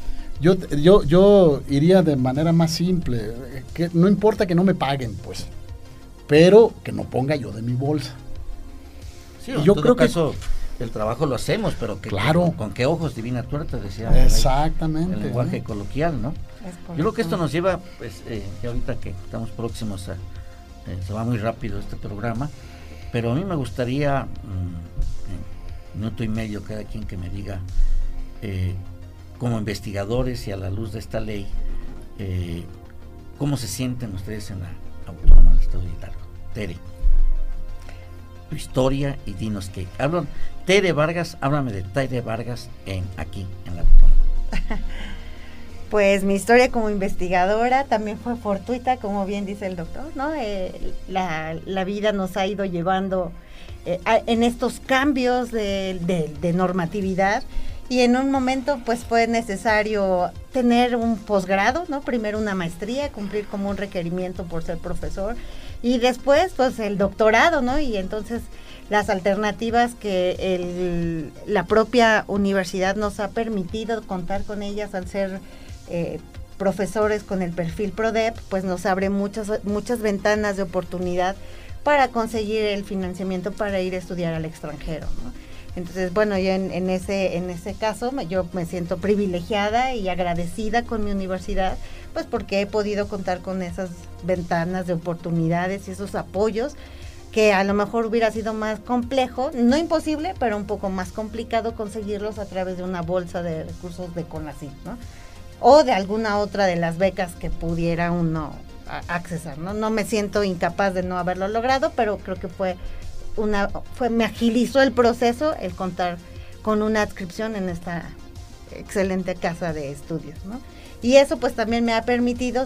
Yo iría de manera más simple, que no importa que no me paguen, pues, pero que no ponga yo de mi bolsa.
Sí, yo creo que el trabajo lo hacemos, pero que
claro.
¿Con qué ojos divina tuerta? Decía
exactamente,
el lenguaje coloquial, ¿no? Yo creo que esto nos lleva, pues, que ahorita que estamos próximos a se va muy rápido este programa, pero a mí me gustaría minuto y medio cada quien que me diga como investigadores y a la luz de esta ley cómo se sienten ustedes en la Autónoma del Estado de Hidalgo. Tere, tu historia y dinos qué. Tere Vargas, háblame de Tere Vargas aquí en la Autónoma.
Pues mi historia como investigadora también fue fortuita, como bien dice el doctor, ¿no? La vida nos ha ido llevando en estos cambios de normatividad, y en un momento pues fue necesario tener un posgrado, ¿no? Primero una maestría, cumplir como un requerimiento por ser profesor, y después pues el doctorado, ¿no? Y entonces las alternativas que la propia universidad nos ha permitido contar con ellas al ser profesores con el perfil PRODEP, pues nos abre muchas ventanas de oportunidad para conseguir el financiamiento para ir a estudiar al extranjero, ¿no? Entonces, bueno, yo en ese caso yo me siento privilegiada y agradecida con mi universidad, pues porque he podido contar con esas ventanas de oportunidades y esos apoyos que a lo mejor hubiera sido más complejo, no imposible, pero un poco más complicado conseguirlos a través de una bolsa de recursos de CONACYT, ¿no? O de alguna otra de las becas que pudiera uno accesar, ¿no? No me siento incapaz de no haberlo logrado, pero creo que me agilizó el proceso el contar con una adscripción en esta excelente casa de estudios, ¿no? Y eso pues también me ha permitido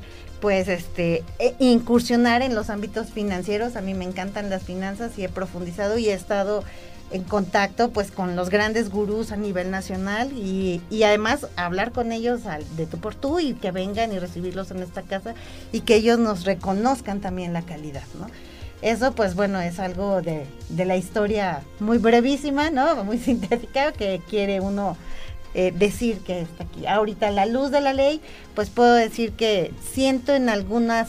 incursionar en los ámbitos financieros. A mí me encantan las finanzas y he profundizado y he estado en contacto pues con los grandes gurús a nivel nacional y además hablar con ellos de tú por tú y que vengan y recibirlos en esta casa y que ellos nos reconozcan también la calidad, ¿no? Eso pues bueno es algo de la historia muy brevísima, ¿no? Muy sintética que quiere uno decir que está aquí. Ahorita a la luz de la ley pues puedo decir que siento en algunos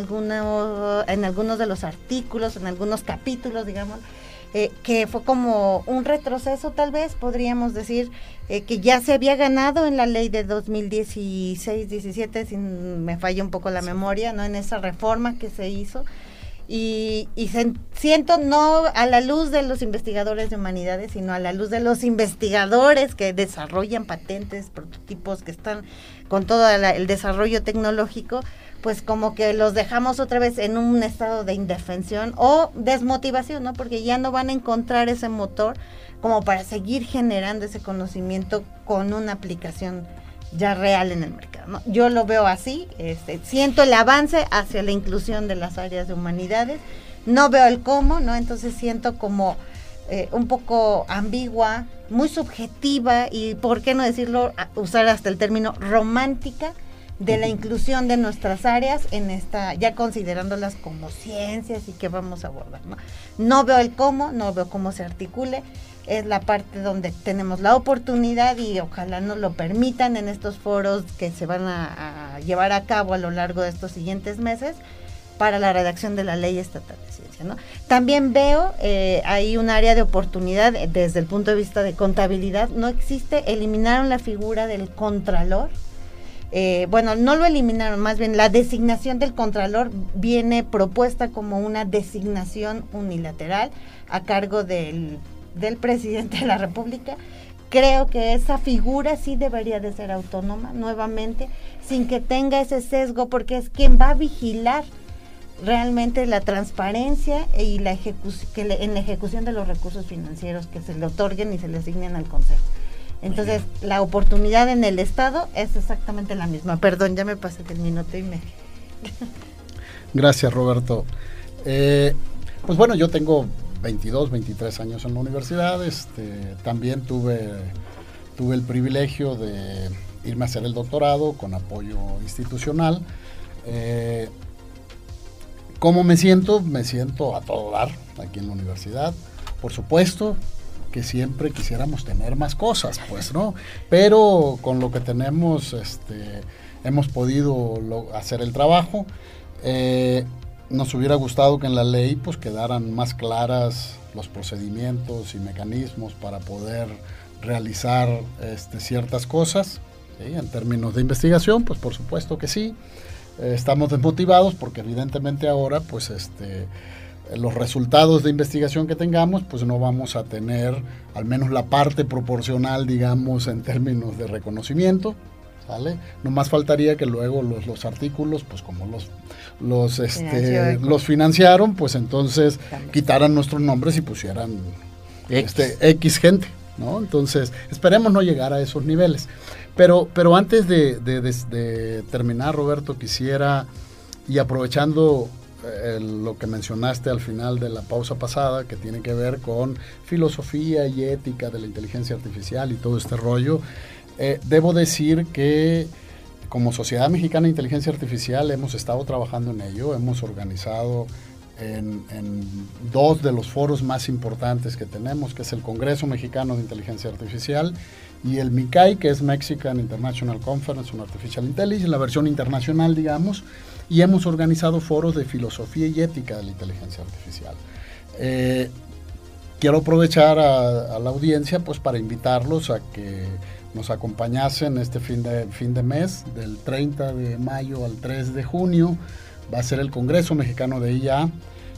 de los artículos, en algunos capítulos digamos, que fue como un retroceso tal vez, podríamos decir, que ya se había ganado en la ley de 2016-17, si me falla un poco la memoria, ¿no? En esa reforma que se hizo, y siento no a la luz de los investigadores de humanidades, sino a la luz de los investigadores que desarrollan patentes, prototipos, que están con todo el desarrollo tecnológico, pues como que los dejamos otra vez en un estado de indefensión o desmotivación, ¿no? Porque ya no van a encontrar ese motor como para seguir generando ese conocimiento con una aplicación ya real en el mercado, ¿no? Yo lo veo así, siento el avance hacia la inclusión de las áreas de humanidades, no veo el cómo, ¿no? Entonces siento como un poco ambigua, muy subjetiva y, ¿por qué no decirlo, usar hasta el término romántica, de la inclusión de nuestras áreas en esta, ya considerándolas como ciencias y que vamos a abordar, ¿no? No veo el cómo, no veo cómo se articule, es la parte donde tenemos la oportunidad y ojalá nos lo permitan en estos foros que se van a llevar a cabo a lo largo de estos siguientes meses para la redacción de la Ley Estatal de Ciencia, ¿no? También veo ahí un área de oportunidad desde el punto de vista de contabilidad. No existe, eliminaron la figura del contralor. Bueno, no lo eliminaron, más bien la designación del contralor viene propuesta como una designación unilateral a cargo del presidente de la República. Creo que esa figura sí debería de ser autónoma nuevamente, sin que tenga ese sesgo, porque es quien va a vigilar realmente la transparencia y en la ejecución de los recursos financieros que se le otorguen y se le asignen al Consejo. Entonces, la oportunidad en el Estado es exactamente la misma. Perdón, ya me pasé del minuto y medio.
Gracias, Roberto. Pues bueno, yo tengo 22, 23 años en la universidad. También tuve el privilegio de irme a hacer el doctorado con apoyo institucional. ¿Cómo me siento? Me siento a todo dar aquí en la universidad. Por supuesto que siempre quisiéramos tener más cosas, pues, ¿no? Pero con lo que tenemos, hemos podido hacer el trabajo. Nos hubiera gustado que en la ley, pues, quedaran más claras los procedimientos y mecanismos para poder realizar ciertas cosas, ¿sí? En términos de investigación, pues, por supuesto que sí. Estamos desmotivados porque evidentemente ahora, pues, los resultados de investigación que tengamos, pues no vamos a tener al menos la parte proporcional, digamos, en términos de reconocimiento, ¿sale? No más faltaría que luego los artículos, pues como los financiaron, pues entonces quitaran nuestros nombres y pusieran X gente, ¿no? Entonces, esperemos no llegar a esos niveles. Pero antes de terminar, Roberto, quisiera, y aprovechando lo que mencionaste al final de la pausa pasada, que tiene que ver con filosofía y ética de la inteligencia artificial y todo este rollo. Debo decir que como Sociedad Mexicana de Inteligencia Artificial hemos estado trabajando en ello, hemos organizado en 2 de los foros más importantes que tenemos, que es el Congreso Mexicano de Inteligencia Artificial y el MICAI, que es Mexican International Conference on Artificial Intelligence, la versión internacional, digamos, y hemos organizado foros de filosofía y ética de la inteligencia artificial. Quiero aprovechar a la audiencia pues para invitarlos a que nos acompañasen este fin de mes, del 30 de mayo al 3 de junio. Va a ser el Congreso Mexicano de IA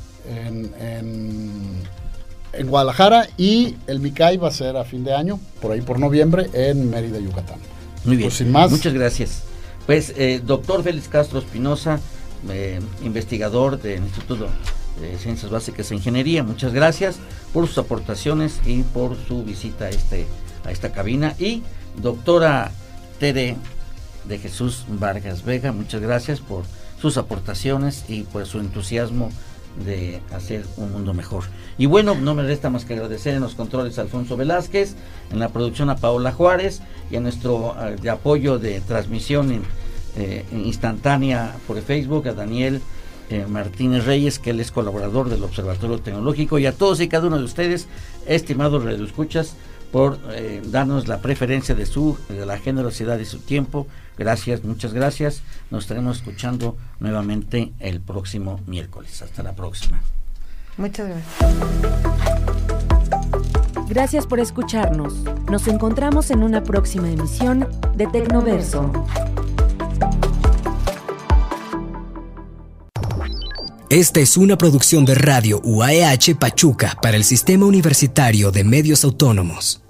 en Guadalajara, y el MICAI va a ser a fin de año, por ahí por noviembre, en Mérida, Yucatán.
Muy bien,
pues sin más,
muchas gracias. Pues doctor Félix Castro Espinosa, investigador del Instituto de Ciencias Básicas e Ingeniería, muchas gracias por sus aportaciones y por su visita a esta cabina. Y doctora Tere de Jesús Vargas Vega, muchas gracias por sus aportaciones y por su entusiasmo de hacer un mundo mejor. Y bueno, no me resta más que agradecer en los controles a Alfonso Velázquez, en la producción a Paola Juárez, y a nuestro de apoyo de transmisión instantánea por Facebook a Daniel Martínez Reyes, que él es colaborador del Observatorio Tecnológico, y a todos y cada uno de ustedes, estimados radioescuchas, por darnos la preferencia de la generosidad de su tiempo. Gracias, muchas gracias. Nos estaremos escuchando nuevamente el próximo miércoles. Hasta la próxima.
Muchas gracias.
Gracias por escucharnos. Nos encontramos en una próxima emisión de Tecnoverso.
Esta es una producción de Radio UAEH Pachuca para el Sistema Universitario de Medios Autónomos.